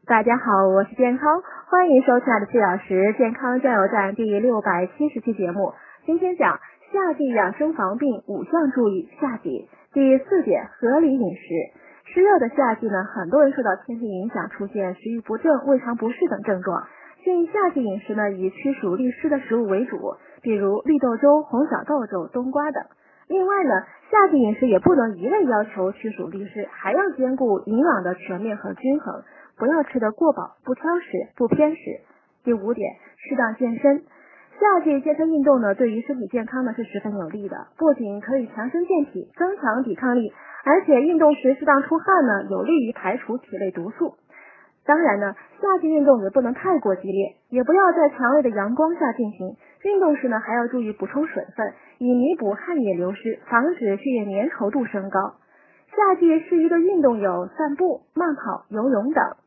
大家好，我是健康，欢迎收看的4小时健康加油站第670期节目。今天讲夏季养生防病5项注意，下集第4点，合理饮食。湿热的夏季呢，很多人受到天气影响，出现食欲不振、胃肠不适等症状。建议夏季饮食呢，以驱暑利湿的食物为主，比如绿豆粥、红小豆粥、冬瓜等。另外呢，夏季饮食也不能一味要求驱暑利湿，还要兼顾营养的全面和均衡，不要吃得过饱，不挑食，不偏食。第5点，适当健身。夏季健身运动呢，对于身体健康呢是十分有利的，不仅可以强身健体、增强抵抗力，而且运动时适当出汗呢，有利于排除体内毒素。当然呢，夏季运动也不能太过激烈，也不要在强烈的阳光下进行。运动时呢，还要注意补充水分，以弥补汗液流失，防止血液粘稠度升高。夏季适宜的运动有散步、慢跑、游泳等。